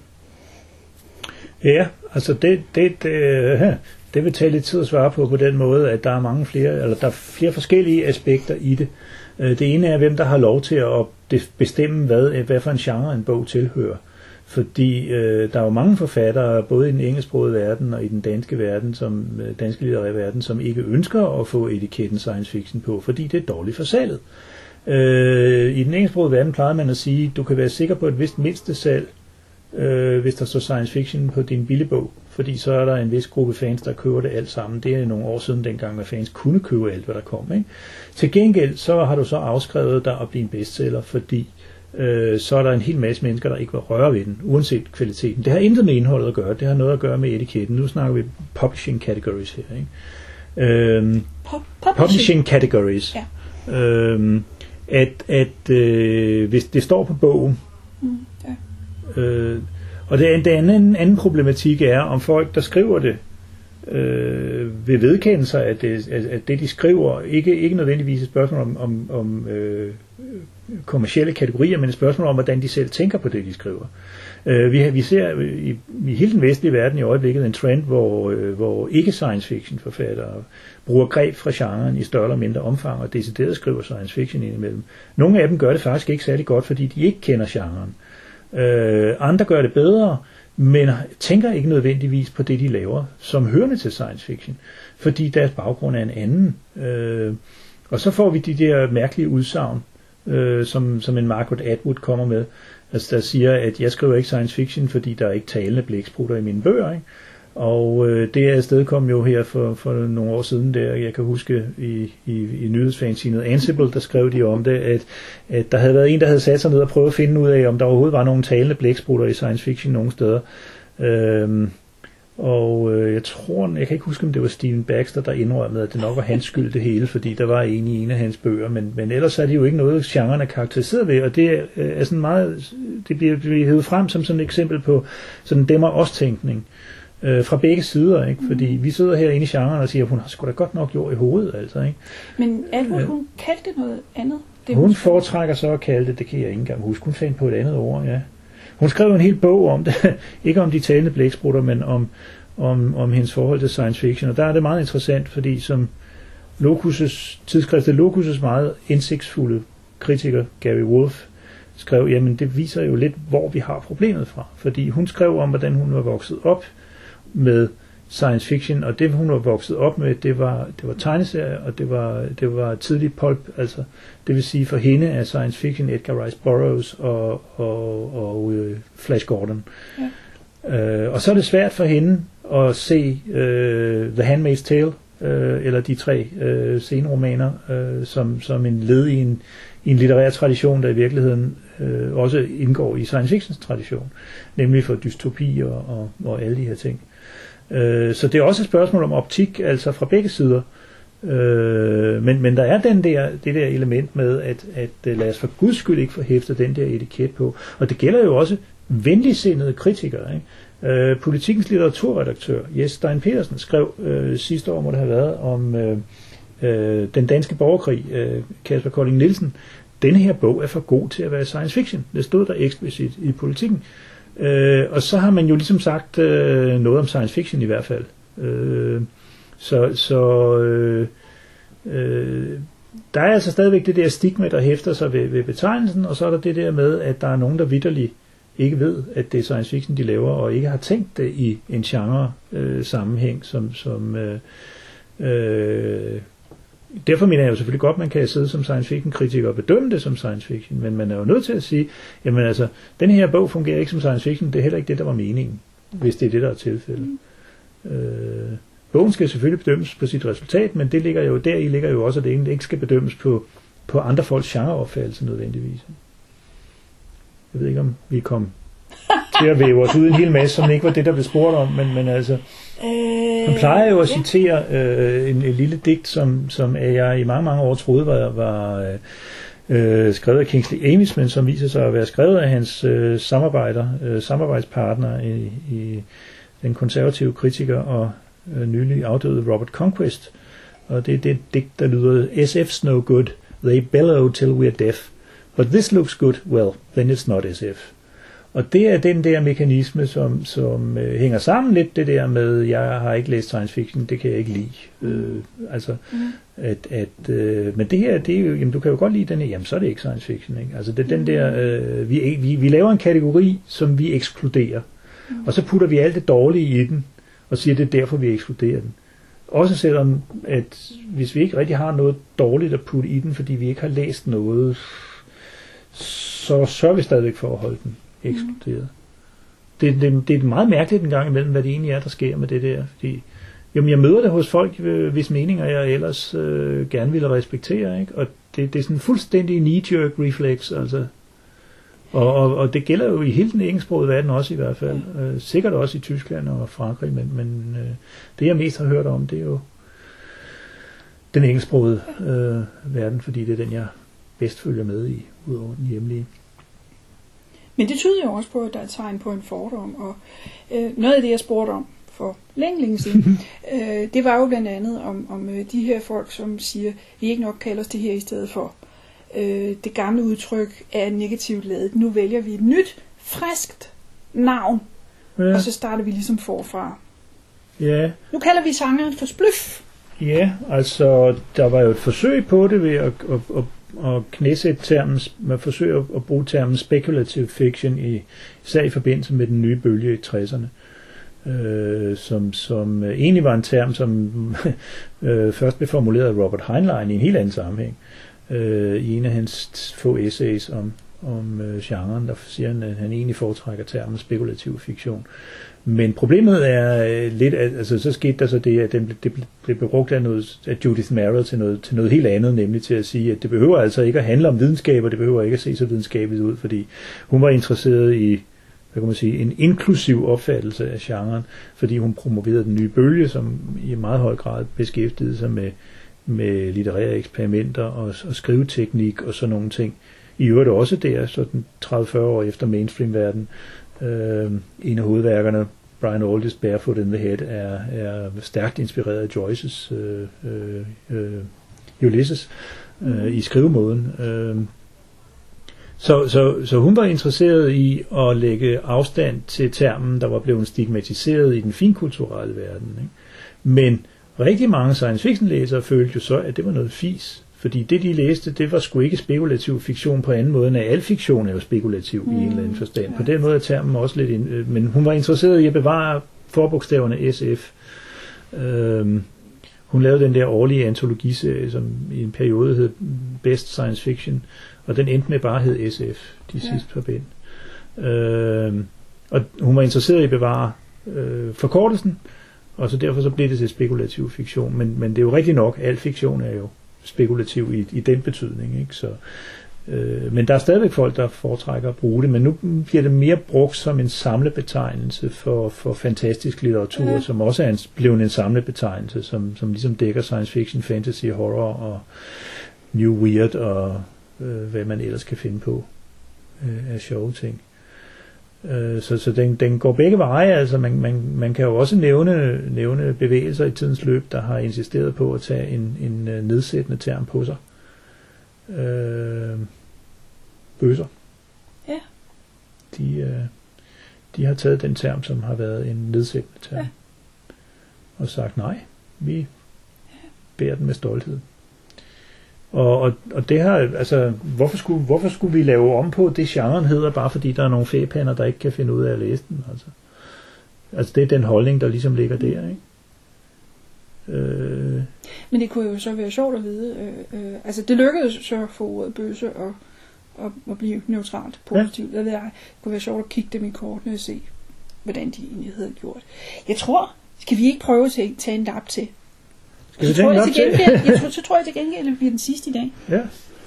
Ja, altså det vil tage lidt tid at svare på den måde, at der er mange flere, eller der er flere forskellige aspekter i det. Det ene er, hvem der har lov til at bestemme, hvad for en genre en bog tilhører. Fordi der er jo mange forfattere, både i den engelsksprogede verden og i den danske verden, danske litterære verden, som ikke ønsker at få etiketten science fiction på, fordi det er dårligt for salget. I den engelsksprogede verden plejer man at sige, du kan være sikker på et vist mindste salg, hvis der står science fiction på din billigbog, fordi så er der en vis gruppe fans, der køber det alt sammen. Det er nogle år siden dengang, at fans kunne købe alt, hvad der kom. Ikke? Til gengæld, så har du så afskrevet dig at blive en bestseller, fordi så er der en hel masse mennesker, der ikke vil røre ved den, uanset kvaliteten. Det har intet med indholdet at gøre, det har noget at gøre med etiketten. Nu snakker vi publishing categories her. Ikke? Publishing categories. Ja. Hvis det står på bogen, og det anden problematik er, om folk, der skriver det, vil vedkende sig, at det de skriver, ikke nødvendigvis et spørgsmål om kommercielle kategorier, men et spørgsmål om, hvordan de selv tænker på det, de skriver. Vi ser i hele den vestlige verden i øjeblikket en trend, hvor ikke science fiction forfattere bruger greb fra genren i større eller mindre omfang, og decideret skriver science fiction indimellem. Nogle af dem gør det faktisk ikke særlig godt, fordi de ikke kender genren. Andre gør det bedre, men tænker ikke nødvendigvis på det, de laver, som hørende til science fiction, fordi deres baggrund er en anden. Og så får vi de der mærkelige udsagn, som en Margaret Atwood kommer med, altså der siger, at jeg skriver ikke science fiction, fordi der er ikke talende blæksprutter i mine bøger, ikke? Og det er afstedkom jo her for nogle år siden der, jeg kan huske i nyhedsfansinet Ansible, der skrev de om det, at der havde været en, der havde sat sig ned og prøvet at finde ud af, om der overhovedet var nogle talende blæksprutter i science fiction nogen steder. Jeg kan ikke huske, om det var Stephen Baxter, der indrømmede, at det nok var hans skyld det hele, fordi der var en af hans bøger, men ellers er det jo ikke noget, genren er karakteriseret ved, og det er sådan meget, det bliver hævet frem som sådan et eksempel på sådan en dem-og-os-tænkning. Fra begge sider, ikke? Fordi vi sidder herinde i genren og siger, at hun har sgu da godt nok jord i hovedet, altså, ikke? Men Atwood, hun kaldte noget andet? Hun foretrækker så at kalde det kan jeg ikke engang huske. Hun fandt på et andet ord, ja. Hun skrev en hel bog om det, ikke om de talende blæksprutter, men om hendes forhold til science fiction, og der er det meget interessant, fordi som tidsskriftet Locus' meget indsigtsfulde kritiker, Gary Wolf, skrev, jamen det viser jo lidt, hvor vi har problemet fra, fordi hun skrev om, hvordan hun var vokset op med science fiction, og det hun var vokset op med, det var tegneserier, og det var tidlig pulp, altså det vil sige for hende er science fiction Edgar Rice Burroughs og Flash Gordon. Ja. Og så er det svært for hende at se The Handmaid's Tale, eller de 3 sceneromaner, som en led i en litterær tradition, der i virkeligheden også indgår i science fiction tradition, nemlig for dystopi og alle de her ting. Så det er også et spørgsmål om optik, altså fra begge sider. Men der er det der element med, at lad os for guds skyld ikke få hæftet den der etiket på. Og det gælder jo også venligsindede kritikere, ikke? Politikens litteraturredaktør, Jes Stein Petersen, skrev sidste år, må det have været, om den danske borgerkrig, Kasper Kolding Nielsen. Denne her bog er for god til at være science fiction. Det stod der eksplicit i Politikken. Og så har man jo ligesom sagt noget om science fiction i hvert fald. Der er altså stadigvæk det der stigma, der hæfter sig ved betegnelsen, og så er der det der med, at der er nogen, der vitterligt ikke ved, at det er science fiction, de laver, og ikke har tænkt det i en genre-sammenhæng, derfor mener jeg jo selvfølgelig godt, man kan sidde som science fiction kritiker og bedømme det som science fiction, men man er jo nødt til at sige, jamen altså, den her bog fungerer ikke som science fiction, det er heller ikke det, der var meningen, hvis det er det, der er tilfældet. Bogen skal selvfølgelig bedømmes på sit resultat, men deri ligger jo også, at det ikke skal bedømmes på andre folks genreopfattelse nødvendigvis. Jeg ved ikke, om vi kom til at væve os ud en hel masse, som ikke var det, der blev spurgt om, men altså, man plejer jo at citere en lille digt, som jeg i mange år troede var skrevet af Kingsley Amis, men som viser sig at være skrevet af hans samarbejdspartner i den konservative kritiker og nylig afdøde Robert Conquest. Og det er det digt, der lyder: SF's no good, they bellow till we're deaf, but this looks good, well, then it's not SF. Og det er den der mekanisme, som hænger sammen lidt, det der med, jeg har ikke læst science fiction, det kan jeg ikke lide. Men det her, det er jo, jamen du kan jo godt lide den her, jamen så er det ikke science fiction, ikke? Altså det er den der, vi laver en kategori, som vi ekskluderer, og så putter vi alt det dårlige i den, og siger, det er derfor, vi ekskluderer den. Også selvom, at hvis vi ikke rigtig har noget dårligt at putte i den, fordi vi ikke har læst noget, så sørger vi stadigvæk for at holde den ekskluderet. Det er meget mærkeligt en gang imellem, hvad det egentlig er, der sker med det der. Fordi, jamen, jeg møder det hos folk, hvis meninger jeg ellers gerne ville respektere, ikke? Og det er sådan en fuldstændig knee-jerk reflex, altså. Og det gælder jo i hele den engelsksprogede verden også i hvert fald. Sikkert også i Tyskland og Frankrig, men det jeg mest har hørt om, det er jo den engelsksprogede verden, fordi det er den, jeg bedst følger med i, udover den hjemlige. Men det tyder jo også på, at der er tegn på en fordom, og noget af det, jeg spurgte om for længe siden. Det var jo blandt andet om de her folk, som siger, vi ikke nok kalder os det her i stedet for. Det gamle udtryk er negativt ladet. Nu vælger vi et nyt, friskt navn, og så starter vi ligesom forfra. Ja. Nu kalder vi sangeren for Spløf. Ja, altså der var jo et forsøg på det ved at knæsætte termen, man forsøger at bruge termen speculative fiction især i forbindelse med den nye bølge i 60'erne. Som egentlig var en term, som først blev formuleret af Robert Heinlein i en helt anden sammenhæng. I en af hans få essays om genren, der siger han, at han egentlig foretrækker termen spekulativ fiktion. Men problemet er lidt, altså så skete der så det, at det blev brugt af Judith Merril til noget helt andet, nemlig til at sige, at det behøver altså ikke at handle om videnskab, og det behøver ikke at se så videnskabeligt ud, fordi hun var interesseret i, hvad kan man sige, en inklusiv opfattelse af genren, fordi hun promoverede den nye bølge, som i meget høj grad beskæftigede sig med litterære eksperimenter og skriveteknik og sådan nogle ting. I øvrigt også der, sådan 30-40 år efter mainstream-verden. En af hovedværkerne, Brian Aldiss' Barefoot in the Head, er stærkt inspireret af Joyces Ulysses i skrivemåden. Så hun var interesseret i at lægge afstand til termen, der var blevet stigmatiseret i den finkulturelle verden. Ikke? Men rigtig mange science fiction læsere følte jo så, at det var noget fis. Fordi det, de læste, det var sgu ikke spekulativ fiktion på anden måde, end at al fiktion er jo spekulativ i en eller anden forstand. På den måde er termen også lidt... men hun var interesseret i at bevare forbogstaverne SF. Hun lavede den der årlige antologiserie, som i en periode hed Best Science Fiction, og den endte med bare hed SF, de sidste par bind. Og hun var interesseret i at bevare forkortelsen, og så derfor så blev det til spekulativ fiktion. Men det er jo rigtigt nok, al fiktion er jo spekulativ i den betydning, ikke? Så, men der er stadigvæk folk, der foretrækker at bruge det, men nu bliver det mere brugt som en samlebetegnelse for fantastisk litteratur, som også er blevet en samlebetegnelse, som ligesom dækker science fiction, fantasy, horror og new weird og hvad man ellers kan finde på af sjove ting. Så den går begge veje. Altså man kan jo også nævne bevægelser i tidens løb, der har insisteret på at tage en nedsættende term på sig. Bøsser. Ja. De har taget den term, som har været en nedsættende term, og sagt nej, vi bærer den med stolthed. Og det her, altså, hvorfor skulle vi lave om på det, genren hedder, bare fordi der er nogle fæpander, der ikke kan finde ud af at læse den, altså det er den holdning, der ligesom ligger der, ikke? Men det kunne jo så være sjovt at vide, altså det lykkedes så for ordet bøsse og blive neutralt, positivt, det kunne være sjovt at kigge dem i kortene og se, hvordan de egentlig havde gjort. Jeg tror, skal vi ikke prøve at tage en lap til? Så tror jeg til gengæld, at det bliver den sidste i dag. Ja.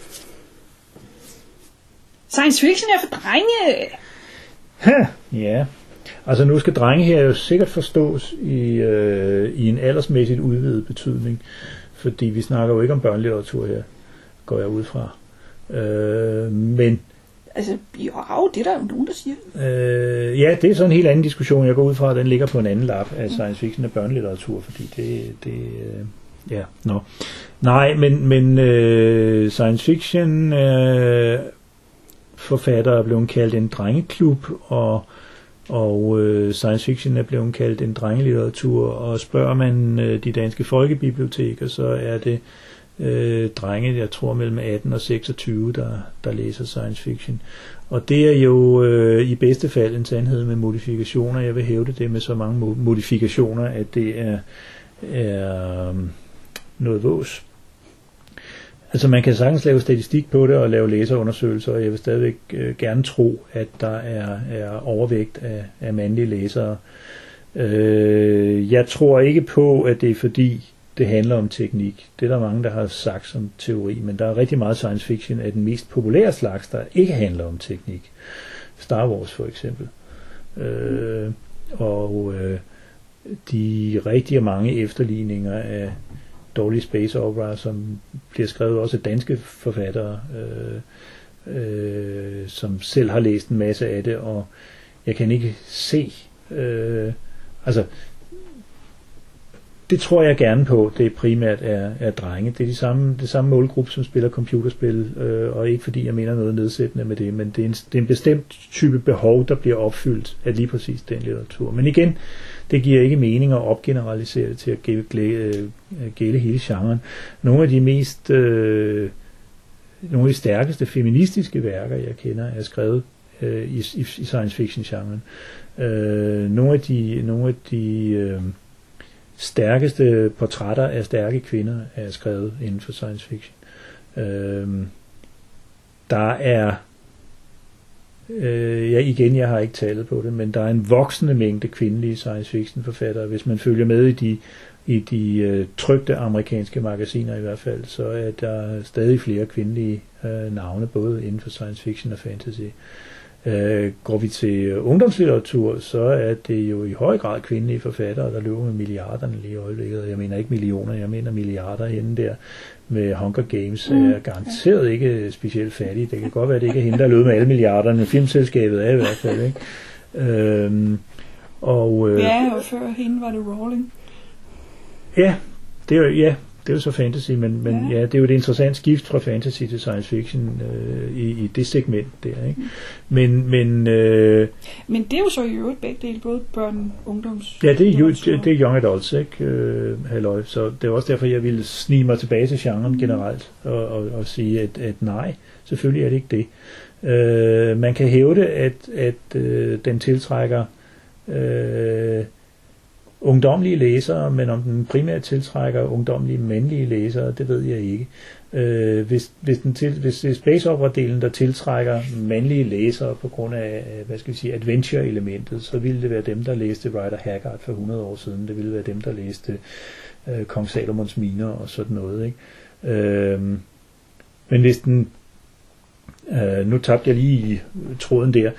Science fiction er for drenge! Ja. Altså nu skal drenge her jo sikkert forstås i en aldersmæssigt udvidet betydning, fordi vi snakker jo ikke om børnelitteratur her, går jeg ud fra. Men altså, jo, det er der jo nogen, der siger. Ja, det er så en helt anden diskussion. Jeg går ud fra, at den ligger på en anden lap af science fiction og børnelitteratur, fordi ja, no. Nej, men science fiction forfattere er blevet kaldt en drengeklub, og science fiction er blevet kaldt en drengelitteratur, og spørger man de danske folkebiblioteker, så er det drenge, jeg tror mellem 18 og 26, der læser science fiction. Og det er jo i bedste fald en sandhed med modifikationer. Jeg vil hævde det med så mange modifikationer, at det er noget vås. Altså man kan sagtens lave statistik på det og lave læserundersøgelser, og jeg vil stadigvæk gerne tro, at der er overvægt af mandlige læsere. Jeg tror ikke på, at det er fordi det handler om teknik. Det er der mange, der har sagt som teori, men der er rigtig meget science fiction af den mest populære slags, der ikke handler om teknik. Star Wars for eksempel. De rigtig mange efterligninger af dårlige space opera, som bliver skrevet også af danske forfattere, som selv har læst en masse af det, og jeg kan ikke se, altså det tror jeg gerne på, det primært er drenge. Det er det samme målgruppe, som spiller computerspil, og ikke fordi jeg mener noget nedsættende med det, men det er en bestemt type behov, der bliver opfyldt af lige præcis den litteratur. Men igen, det giver ikke mening at opgeneralisere det til at gælde hele genren. Nogle af de stærkeste feministiske værker, jeg kender, er skrevet i science fiction genren. Nogle af de stærkeste portrætter af stærke kvinder er skrevet inden for science fiction. Der er jeg har ikke talet på det, men der er en voksende mængde kvindelige science fiction forfattere. Hvis man følger med i de trykte amerikanske magasiner i hvert fald, så er der stadig flere kvindelige navne, både inden for science fiction og fantasy. Går vi til ungdomslitteratur, så er det jo i høj grad kvindelige forfattere, der løber med milliarderne lige i øjeblikket. Jeg mener ikke millioner, jeg mener milliarder henne der med Hunger Games. Er garanteret ikke specielt fattige. Det kan godt være, at det ikke er hende, der løber med alle milliarderne. Filmselskabet er i hvert fald, ikke? Og før hende var det Rowling. Ja, det er jo så fantasy, men det er jo et interessant skift fra fantasy til science fiction i det segment der, ikke? Men det er jo så i øvrigt begge dele, både børn, ungdoms... Ja, det er young adults, ikke? Halløj. Så det er også derfor, jeg ville snige mig tilbage til genren generelt og sige, at nej, selvfølgelig er det ikke det. Man kan hævde, at den tiltrækker ungdomlige læsere, men om den primært tiltrækker ungdomlige mandlige læsere, det ved jeg ikke. Hvis det er space opera-delen, der tiltrækker mandlige læsere på grund af, adventure-elementet, så ville det være dem, der læste Rider Haggard for 100 år siden. Det ville være dem, der læste Kong Salomons miner og sådan noget, ikke? Men hvis den... nu tabte jeg lige tråden der.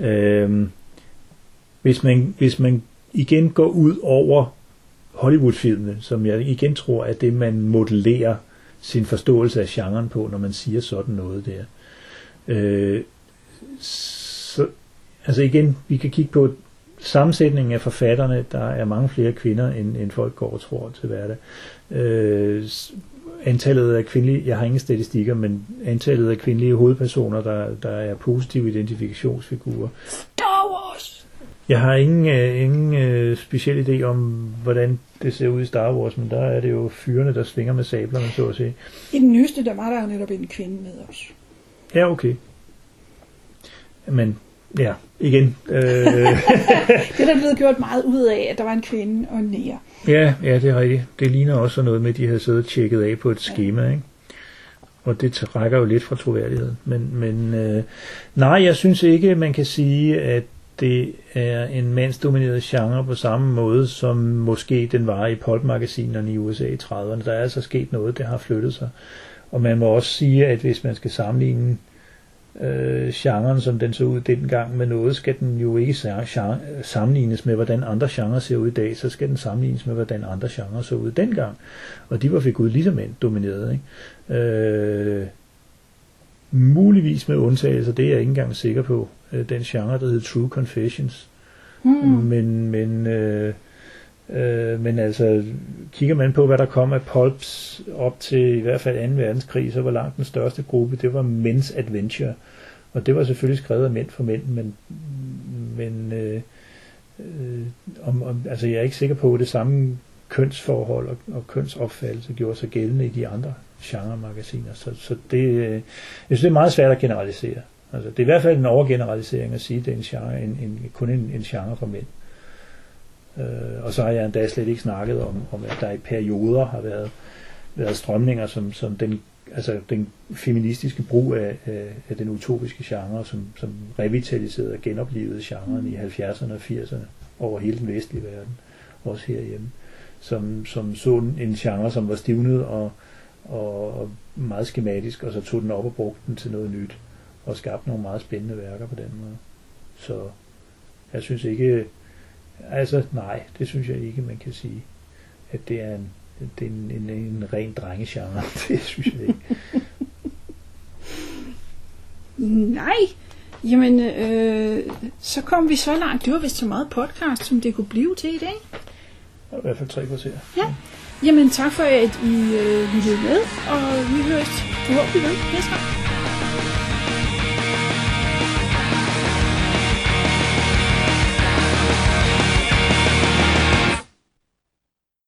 Hvis man igen går ud over Hollywood-filmene, som jeg igen tror er det, man modellerer sin forståelse af genren på, når man siger sådan noget der. Altså igen, vi kan kigge på sammensætningen af forfatterne. Der er mange flere kvinder, end folk går og tror til hverdag. Antallet af kvindelige, jeg har ingen statistikker, men antallet af kvindelige hovedpersoner, der er positive identifikationsfigurer. Star Wars! Jeg har ingen speciel idé om, hvordan det ser ud i Star Wars, men der er det jo fyrene, der svinger med sablerne, så at sige. I den nyeste, der var der netop en kvinde med os. Ja, okay. Men, ja, igen. Det er der blevet gjort meget ud af, at der var en kvinde og en nære. Ja, det er rigtigt. Det ligner også noget med, at de har siddet og tjekket af på et skema, ikke? Og det trækker jo lidt fra troværdigheden. Men nej, jeg synes ikke, man kan sige, at det er en mandsdomineret genre på samme måde, som måske den var i pulp-magasinerne i USA i 30'erne. Der er altså sket noget, det har flyttet sig. Og man må også sige, at hvis man skal sammenligne genren, som den så ud dengang med noget, skal den jo ikke sammenlignes med, hvordan andre genrer ser ud i dag, så skal den sammenlignes med, hvordan andre genrer så ud dengang. Og de var for Gud lige så mænd-domineret, ikke? Muligvis med undtagelser, det er jeg ikke engang sikker på. Den genre, der hedder True Confessions. Men altså, kigger man på, hvad der kom af pulps op til i hvert fald 2. verdenskrig, så var langt den største gruppe, det var Men's Adventure. Og det var selvfølgelig skrevet af mænd for mænd, men altså jeg er ikke sikker på, at det samme kønsforhold og kønsopfattelse gjorde sig gældende i de andre genre-magasiner. Så det, jeg synes, det er meget svært at generalisere. Altså, det er i hvert fald en overgeneralisering at sige, at det er en genre, kun en genre for mænd. Og så har jeg endda slet ikke snakket om at der i perioder har været strømninger, som den feministiske brug af den utopiske genre, som revitaliserede og genoplevede genren i 70'erne og 80'erne over hele den vestlige verden, også herhjemme, som så en genre, som var stivnet og meget skematisk, og så tog den op og brugte den til noget nyt, og skabte nogle meget spændende værker på den måde. Så jeg synes ikke, nej, det synes jeg ikke, man kan sige, at det er en ren drengegenre. Det synes jeg ikke. Nej, jamen, så kom vi så langt. Det var vist så meget podcast, som det kunne blive til i dag. hvert fald 3 kvarter. Ja. Jamen tak for, at I lyttede med, og vi høres forhåbentlig ved næste gang.